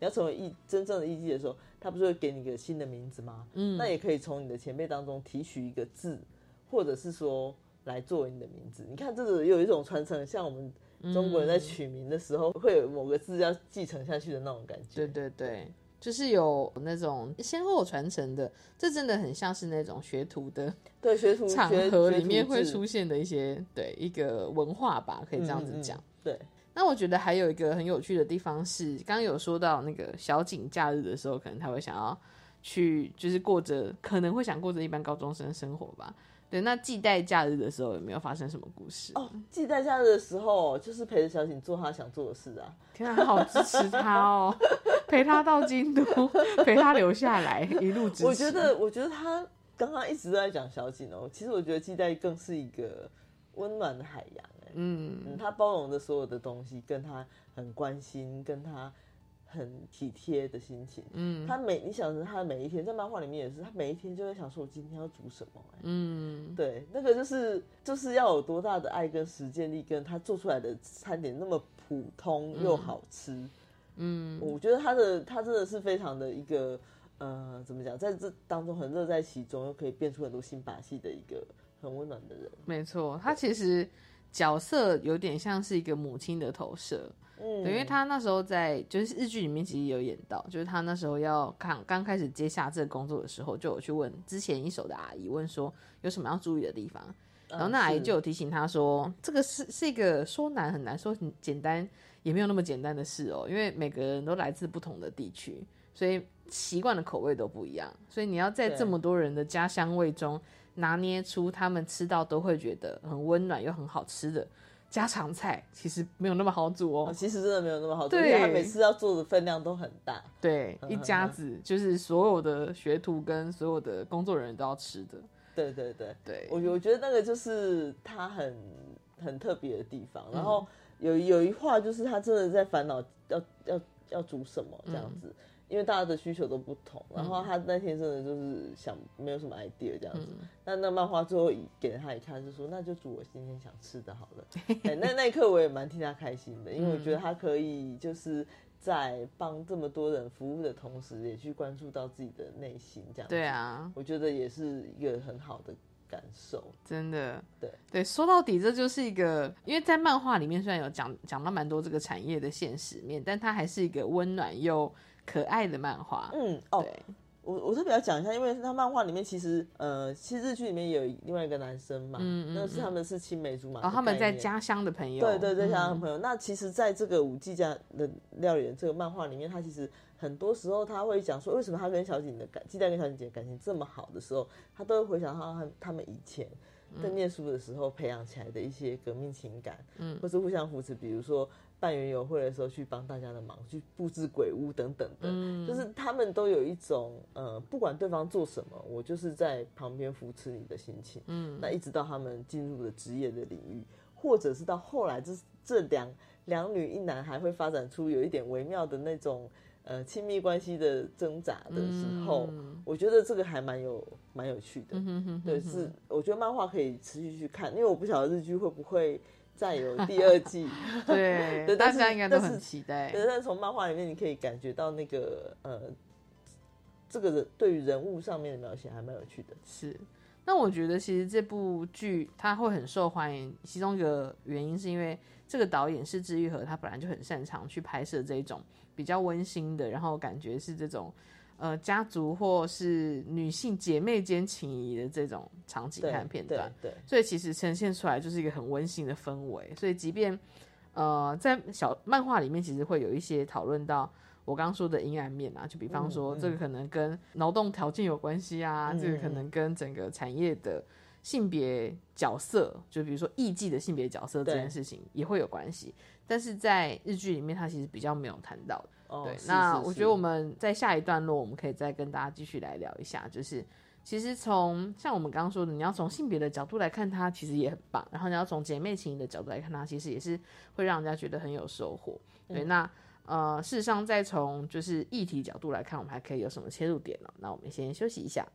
你要成为艺真正的艺妓的时候，他不是会给你一个新的名字吗？嗯，那也可以从你的前辈当中提取一个字，或者是说来作为你的名字。你看这个有一种传承，像我们中国人在取名的时候，会有某个字要继承下去的那种感觉。 对对对。就是有那种先后传承的，这真的很像是那种学徒的对学徒场合里面会出现的一些对一个文化吧，可以这样子讲、嗯嗯。 对， 那我觉得还有一个很有趣的地方是，刚刚有说到那个小景假日的时候，可能他会想要去，就是过着可能会想过着一般高中生生活吧。对，那季代假日的时候有没有发生什么故事？ 哦，季代假日的时候就是陪着小景做他想做的事啊。 天啊，好支持他哦，陪他到京都，陪他留下来，一路支持。 我觉得，我觉得他刚刚一直都在讲小景哦，其实我觉得季代更是一个温暖的海洋、欸，嗯嗯，他包容的所有的东西，跟他很关心，跟他很体贴的心情，嗯，他每你想着他每一天在漫画里面也是，他每一天就会想说我今天要煮什么、欸，嗯，对，那个就是就是要有多大的爱跟实践力，跟他做出来的餐点那么普通又好吃，嗯，我觉得他的他真的是非常的一个呃怎么讲，在这当中很乐在其中，又可以变出很多新把戏的一个很温暖的人。 没错，他其实角色有点像是一个母亲的投射。嗯，对，因为他那时候在就是日剧里面其实有演到，就是他那时候要看刚开始接下这个工作的时候，就有去问之前一手的阿姨，问说有什么要注意的地方，然后那阿姨就有提醒他说，嗯、这个是是一个说难很难，说很简单也没有那么简单的事哦，因为每个人都来自不同的地区，所以习惯的口味都不一样，所以你要在这么多人的家乡味中拿捏出他们吃到都会觉得很温暖又很好吃的家常菜，其实没有那么好煮哦。 其实真的没有那么好煮，而且他每次要做的分量都很大。 对，一家子就是所有的学徒跟所有的工作人员都要吃的。 对对对对， 我我觉得那个就是他很很特别的地方。然后有有一话就是他真的在烦恼要要要煮什么这样子。嗯，因为大家的需求都不同，然后他那天真的就是想没有什么 idea 这样子，嗯、但那漫画最后给他一看，就说那就煮我今天想吃的好了。欸、那那一刻我也蛮替他开心的，因为我觉得他可以就是在帮这么多人服务的同时，也去关注到自己的内心，这样子。 对啊， 我觉得也是一个很好的感受， 真的。 对对，说到底这就是一个，因为在漫画里面虽然有讲讲到蛮多这个产业的现实面，但它还是一个温暖又可爱的漫画。 嗯哦，我我特别要讲一下，因为他漫画里面其实呃，其实日剧里面也有另外一个男生嘛，嗯嗯嗯，那是他们是青梅竹马， 哦，他们在家乡的朋友， 对对对，家乡的朋友。嗯、那其实，在这个五 G 家的料理人这个漫画里面，他其实很多时候他会讲说，为什么他跟小景的感，季代跟小景姐感情这么好的时候，他都会回想到他们以前在念书的时候培养起来的一些革命情感，嗯，或是互相扶持，比如说办园游会的时候去帮大家的忙，去布置鬼屋等等的，嗯，就是他们都有一种呃，不管对方做什么，我就是在旁边扶持你的心情，嗯，那一直到他们进入了职业的领域，或者是到后来这这两两女一男还会发展出有一点微妙的那种呃亲密关系的挣扎的时候，嗯，我觉得这个还蛮有蛮有趣的，嗯哼哼哼哼，对，是我觉得漫画可以持续去看，因为我不晓得日剧会不会再有第二季， 对，对，大家应该都很期待。 但是从漫画里面你可以感觉到那个呃，这个人对于人物上面的描写还蛮有趣的。 是，那我觉得其实这部剧它会很受欢迎，其中一个原因是因为这个导演是枝裕和，他本来就很擅长去拍摄这种比较温馨的，然后感觉是这种呃家族或是女性姐妹间情谊的这种场景和片段， 对，对， 所以其实呈现出来就是一个很温馨的氛围。所以即便呃在小漫画里面，其实会有一些讨论到我刚刚说的阴暗面啊，就比方说、嗯嗯、这个可能跟劳动条件有关系啊，嗯、这个可能跟整个产业的性别角色，就比如说艺妓的性别角色这件事情也会有关系，但是在日剧里面它其实比较没有谈到的。哦、对，那我觉得我们在下一段落我们可以再跟大家继续来聊一下，就是其实从像我们刚刚说的，你要从性别的角度来看它其实也很棒，然后你要从姐妹情谊的角度来看它，其实也是会让人家觉得很有收获。对，嗯、那呃事实上再从就是议题角度来看，我们还可以有什么切入点呢？那我们先休息一下。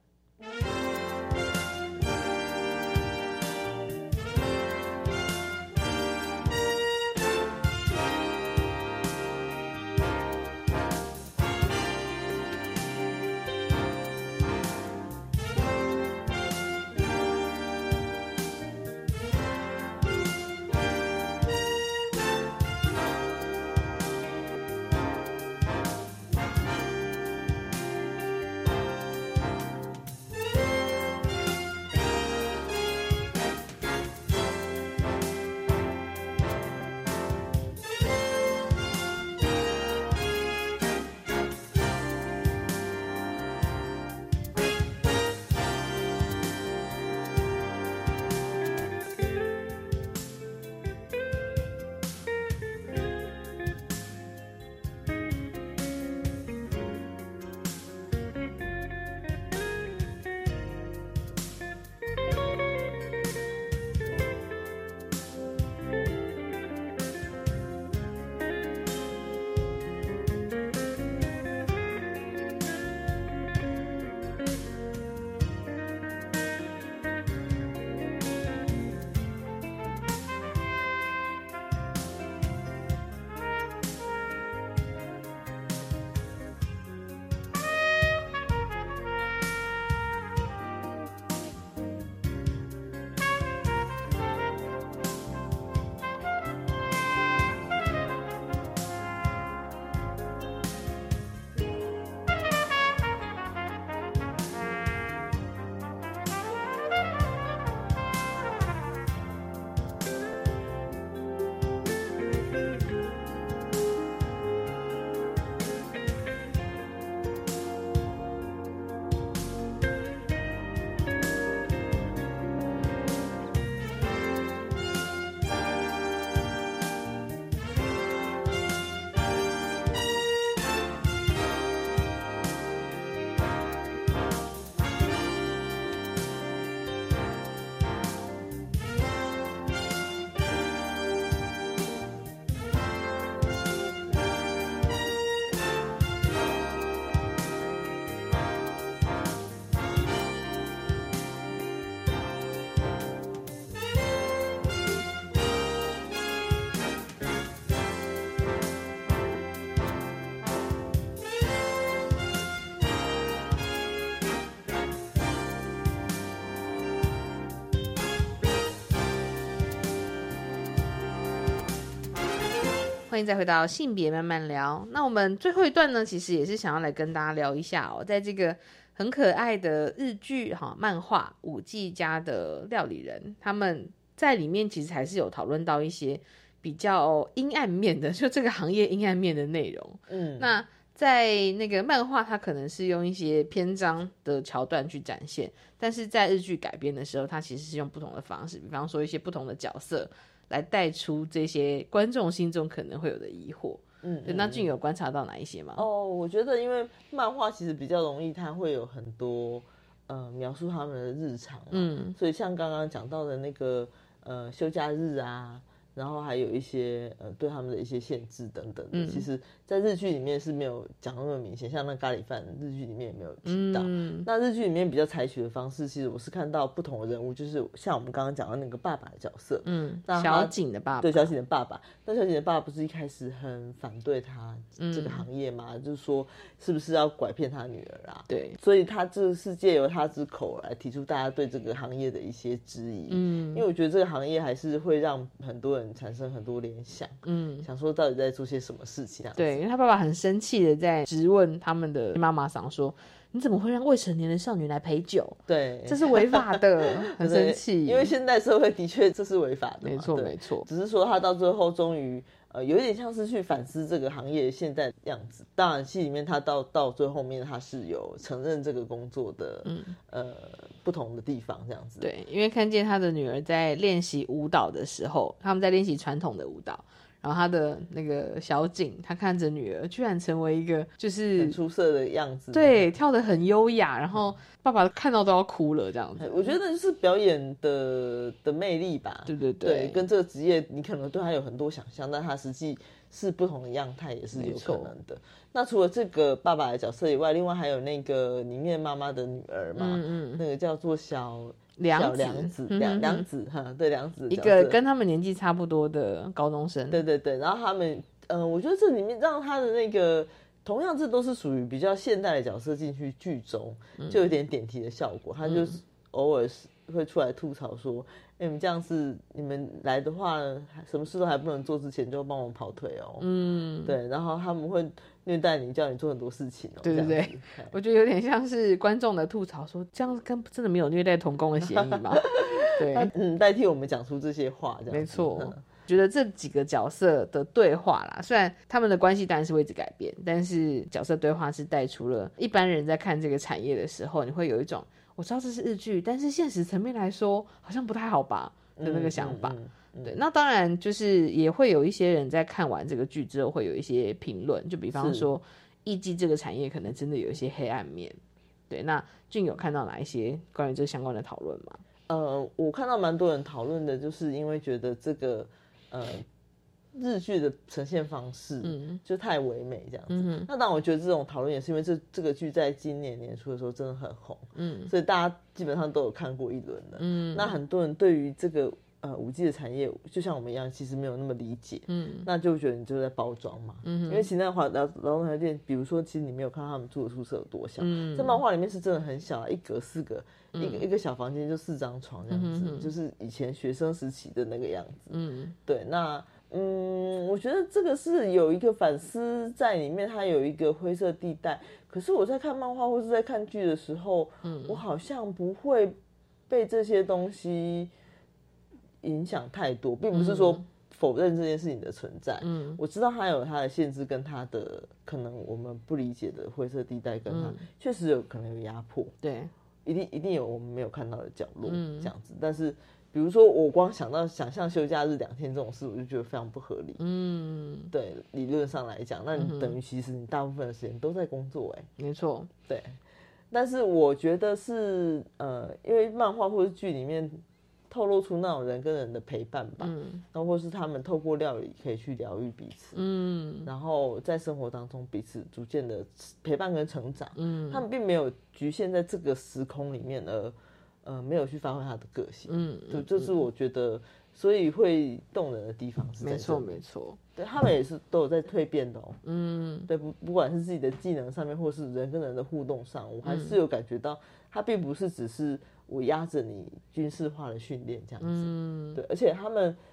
欢迎再回到性别慢慢聊。那我们最后一段呢，其实也是想要来跟大家聊一下哦，在这个很可爱的日剧哈漫画五 G 家的料理人，他们在里面其实还是有讨论到一些比较阴暗面的，就这个行业阴暗面的内容。嗯，那在那个漫画，它可能是用一些篇章的桥段去展现，但是在日剧改编的时候，它其实是用不同的方式，比方说一些不同的角色来带出这些观众心中可能会有的疑惑。嗯，对，那俊有观察到哪一些吗？ 哦，我觉得因为漫画其实比较容易，它会有很多呃描述他们的日常嘛，嗯，所以像刚刚讲到的那个呃休假日啊，然后还有一些呃对他们的一些限制等等的，嗯、其实在日剧里面是没有讲那么明显，像那咖喱饭日剧里面也没有提到。嗯、那日剧里面比较采取的方式，其实我是看到不同的人物，就是像我们刚刚讲到那个爸爸的角色， 嗯，小景的爸爸， 对，小景的爸爸。那小景的爸爸不是一开始很反对他这个行业嘛？嗯、就是说是不是要拐骗他女儿啊？ 对， 所以他这是借由他之口来提出大家对这个行业的一些质疑。嗯，因为我觉得这个行业还是会让很多人产生很多联想，嗯，想说到底在做些什么事情。 对，因为他爸爸很生气的在质问他们的妈妈桑说：“你怎么会让未成年的少女来陪酒？ 对， 这是违法的。”很生气， 因为现代社会的确这是违法的嘛， 没错没错。 只是说他到最后终于呃有一点像是去反思这个行业现在的样子。当然戏里面他到到最后面他是有承认这个工作的，嗯呃不同的地方这样子。 对，因为看见他的女儿在练习舞蹈的时候，他们在练习传统的舞蹈。然后他的那个小景，他看着女儿居然成为一个就是很出色的样子， 对，跳得很优雅，然后爸爸看到都要哭了这样子。 我觉得就是表演的的魅力吧， 对对 对, 对，跟这个职业你可能对他有很多想象，但他实际是不同的样态也是有可能的。那除了这个爸爸的角色以外，另外还有那个里面妈妈的女儿嘛，嗯嗯，那个叫做小。 梁子， 梁子，梁梁子，哈，对，梁子， 一个跟他们年纪差不多的高中生， 对对对，然后他们，嗯、呃，我觉得这里面让他的那个，同样这都是属于比较现代的角色进去剧中，就有点点题的效果，他就是偶尔会出来吐槽说，哎、欸，你们这样是你们来的话，什么事都还不能做之前就帮我跑腿哦，嗯，对，然后他们会虐待你，叫你做很多事情哦， 对对对，我觉得有点像是观众的吐槽说，这样跟真的没有虐待童工的嫌疑吗？对， 嗯，代替我们讲出这些话，这样没错。嗯，觉得这几个角色的对话啦，虽然他们的关系当然是会一直改变，但是角色对话是带出了一般人在看这个产业的时候，你会有一种我知道这是日剧，但是现实层面来说好像不太好吧的那个想法。嗯嗯嗯、对，那当然就是也会有一些人在看完这个剧之后会有一些评论，就比方说艺伎这个产业可能真的有一些黑暗面。对，那俊有看到哪一些关于这相关的讨论吗？ 呃，我看到蛮多人讨论的，就是因为觉得这个呃日剧的呈现方式就太唯美这样子。嗯、那当然，我觉得这种讨论也是因为这这个剧在今年年初的时候真的很红，嗯，所以大家基本上都有看过一轮了。嗯，那很多人对于这个呃五 G 的产业，就像我们一样，其实没有那么理解。嗯，那就觉得你就在包装嘛。嗯，因为其实那华劳劳动条件，比如说，其实你没有看到他们住的宿舍有多小，嗯，在漫画里面是真的很小，一格四个。一个一个小房间就四张床这样子，嗯、就是以前学生时期的那个样子。嗯，对，那嗯，我觉得这个是有一个反思在里面，它有一个灰色地带。可是我在看漫画或是在看剧的时候，嗯，我好像不会被这些东西影响太多，并不是说否认这件事情的存在。嗯，我知道它有它的限制，跟它的可能我们不理解的灰色地带，跟它确实有可能有压迫。 对。 一定一定有我们没有看到的角落，嗯，这样子。但是，比如说我光想到想象休假日两天这种事，我就觉得非常不合理。嗯，对，理论上来讲，那你等于其实你大部分的时间都在工作、欸，哎， 没错， 对。但是我觉得是呃，因为漫画或者剧里面透露出那种人跟人的陪伴吧，嗯，然后或是他们透过料理可以去疗愈彼此，嗯，然后在生活当中彼此逐渐的陪伴跟成长，嗯，他们并没有局限在这个时空里面而呃没有去发挥他的个性，嗯，就这是我觉得所以会动人的地方是在这里， 没错没错， 对，他们也是都有在蜕变的哦，嗯，对，不不管是自己的技能上面，或是人跟人的互动上，我还是有感觉到他并不是只是我压着你军事化的训练这样子，嗯，对，而且他们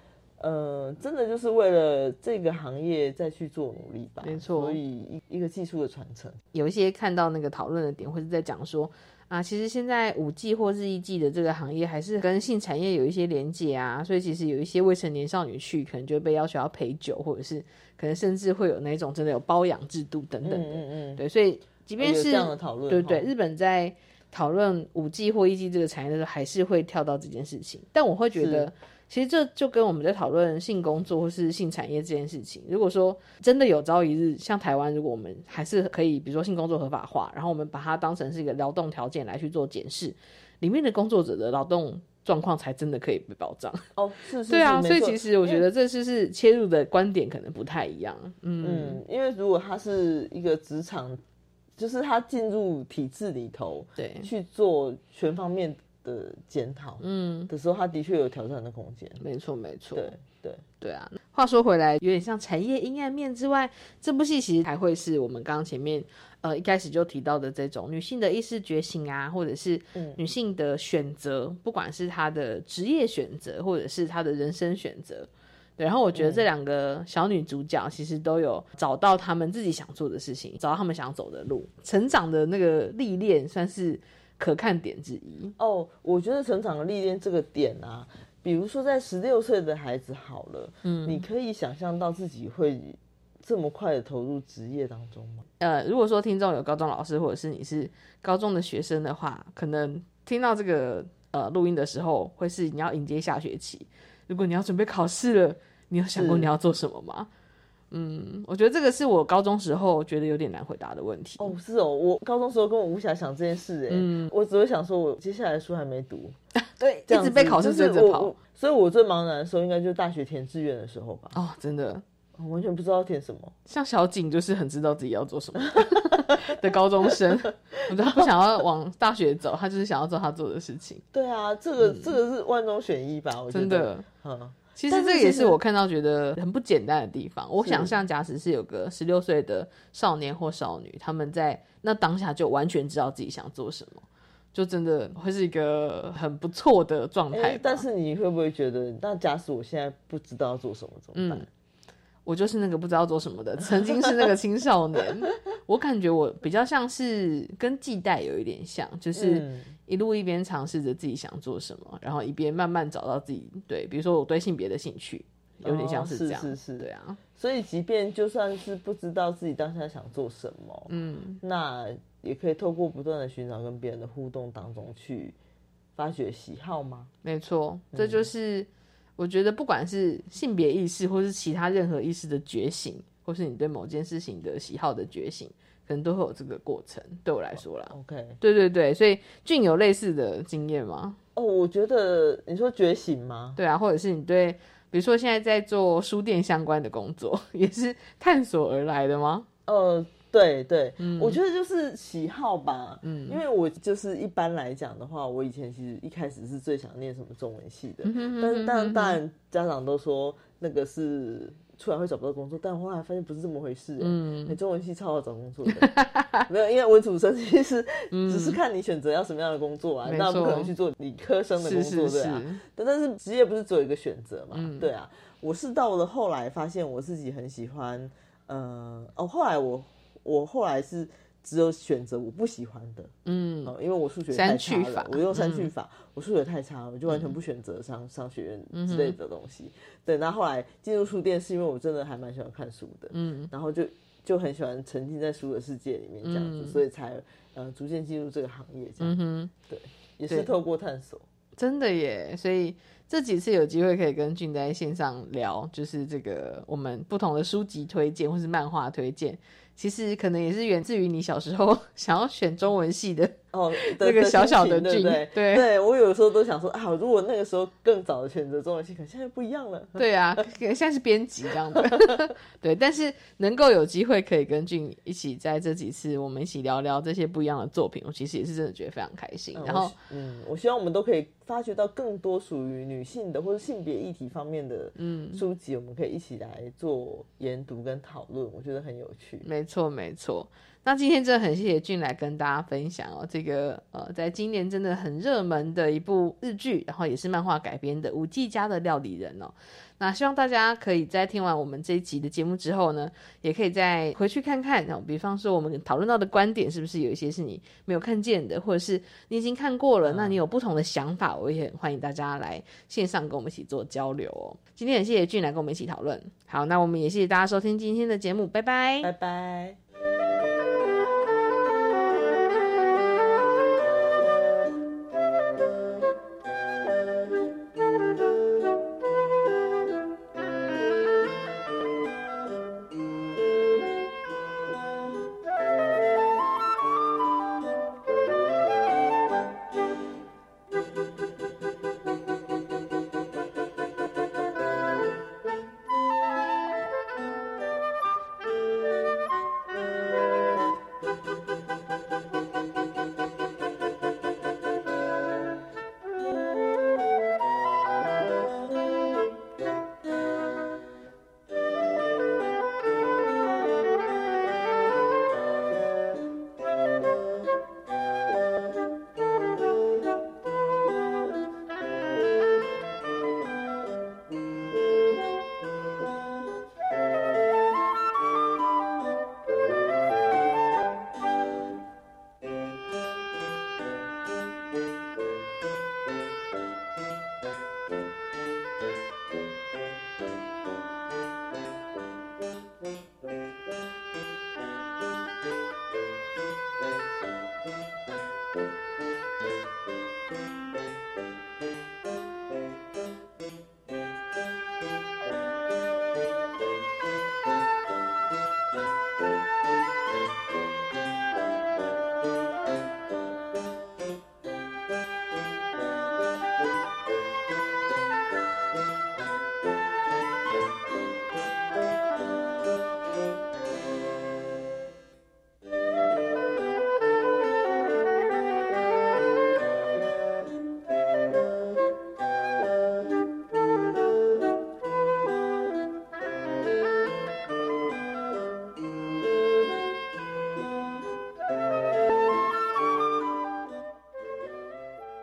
呃，真的就是为了这个行业再去做努力吧。 没错， 所以一个技术的传承， 有一些看到那个讨论的点，或是在讲说啊，其实现在五 G 或日一 G 的这个行业还是跟性产业有一些连结啊，所以其实有一些未成年少女去，可能就会被要求要陪酒，或者是可能甚至会有那种真的有包养制度等等的。嗯嗯嗯对，所以即便是、 哦、有这样的讨论， 对对，日本在讨论五 G 或一 G 这个产业的时候，还是会跳到这件事情。但我会觉得，其实这就跟我们在讨论性工作或是性产业这件事情，如果说真的有朝一日，像台湾，如果我们还是可以，比如说性工作合法化，然后我们把它当成是一个劳动条件来去做检视，里面的工作者的劳动状况才真的可以被保障。 哦，是是是， 对啊，所以其实我觉得这是切入的观点可能不太一样。嗯嗯，因为如果它是一个职场，就是他进入体制里头， 对， 去做全方面的检讨，嗯，的时候，他的确有挑战的空间。 没错，没错， 对对对啊。话说回来，有点像产业阴暗面之外，这部戏其实还会是我们刚刚前面呃一开始就提到的这种女性的意识觉醒啊，或者是女性的选择，嗯、不管是她的职业选择，或者是她的人生选择。对，然后我觉得这两个小女主角其实都有找到她们自己想做的事情，找到她们想走的路，成长的那个历练算是可看点之一。 哦，我觉得成长的历练这个点啊，比如说在十六岁的孩子好了，嗯，你可以想象到自己会这么快的投入职业当中吗？ 呃，如果说听众有高中老师，或者是你是高中的学生的话，可能听到这个呃录音的时候，会是你要迎接下学期。如果你要准备考试了，你有想过你要做什么吗？嗯，我觉得这个是我高中时候觉得有点难回答的问题。 哦，是哦，我高中时候根本无暇想这件事，哎、嗯，我只会想说，我接下来的书还没读， 对，一直被考试追着跑、 就是。所以我最茫然的时候，应该就是大学填志愿的时候吧。 哦，真的， 我完全不知道填什么。 像小景就是很知道自己要做什么的高中生，我觉得他不想要往大学走，他就是想要做他做的事情。 对啊，这个、嗯、这个是万中选一吧？我觉得真的，嗯。其实这个也是我看到觉得很不简单的地方。我想象假使是有个十六岁的少年或少女，他们在那当下就完全知道自己想做什么，就真的会是一个很不错的状态、欸。 但是你会不会觉得，那假使我现在不知道做什么怎么办？嗯， 我就是那个不知道做什么的，曾经是那个青少年。我感觉我比较像是跟季代有一点像，就是一路一边尝试着自己想做什么，然后一边慢慢找到自己对，比如说我对性别的兴趣，有点像是这样。 哦、是是是， 对啊。 所以即便就算是不知道自己当下想做什么，嗯，那也可以透过不断的寻找跟别人的互动当中去发掘喜好吗？ 没错，这就是我觉得不管是性别意识或是其他任何意识的觉醒，或是你对某件事情的喜好的觉醒，可能都会有这个过程。对我来说啦 ，OK， 对对对，所以俊有类似的经验吗？ 哦，我觉得你说觉醒吗？ 对啊，或者是你对，比如说现在在做书店相关的工作，也是探索而来的吗？ 呃，对对、嗯，我觉得就是喜好吧。嗯，因为我就是一般来讲的话，我以前其实一开始是最想念什么中文系的，嗯、哼哼哼但是当然当然家长都说那个是。出来会找不到工作，但我后来发现不是这么回事、欸。嗯，你中文系超好找工作的，没有，因为文组生其实只是看你选择要什么样的工作啊，那、嗯、不可能去做理科生的工作，对啊。但但是职业不是只有一个选择嘛、嗯，对啊。我是到了后来发现我自己很喜欢，呃，哦，后来我我后来是。只有选择我不喜欢的，嗯，呃、因为我数学太差了，我用删去法、嗯，我数学太差了，我就完全不选择上、嗯、商学院之类的东西。对，那后来进入书店是因为我真的还蛮喜欢看书的，嗯，然后就就很喜欢沉浸在书的世界里面这样子，嗯、所以才呃逐渐进入这个行业这样。嗯哼，对，也是透过探索。 真的耶，所以这几次有机会可以跟俊在线上聊，就是这个我们不同的书籍推荐或是漫画推荐。其实可能也是源自于你小时候想要选中文系的哦，那个小小的俊， 对对，对我有时候都想说啊，如果那个时候更早的选择中文系，可能现在不一样了。 对啊，现在是编辑这样的，对。但是能够有机会可以跟俊一起在这几次我们一起聊聊这些不一样的作品，我其实也是真的觉得非常开心。 嗯、 然后， 嗯，我希望我们都可以发掘到更多属于女性的或者性别议题方面的书籍、嗯，我们可以一起来做研读跟讨论，我觉得很有趣。 没错，没错。 那今天真的很谢谢俊来跟大家分享哦，这个呃，在今年真的很热门的一部日剧，然后也是漫画改编的《五 G 家的料理人》哦。那希望大家可以在听完我们这一集的节目之后呢，也可以再回去看看，比方说我们讨论到的观点是不是有一些是你没有看见的，或者是你已经看过了，那你有不同的想法，我也很欢迎大家来线上跟我们一起做交流哦。今天很谢谢俊来跟我们一起讨论。好，那我们也谢谢大家收听今天的节目，拜拜， 拜拜。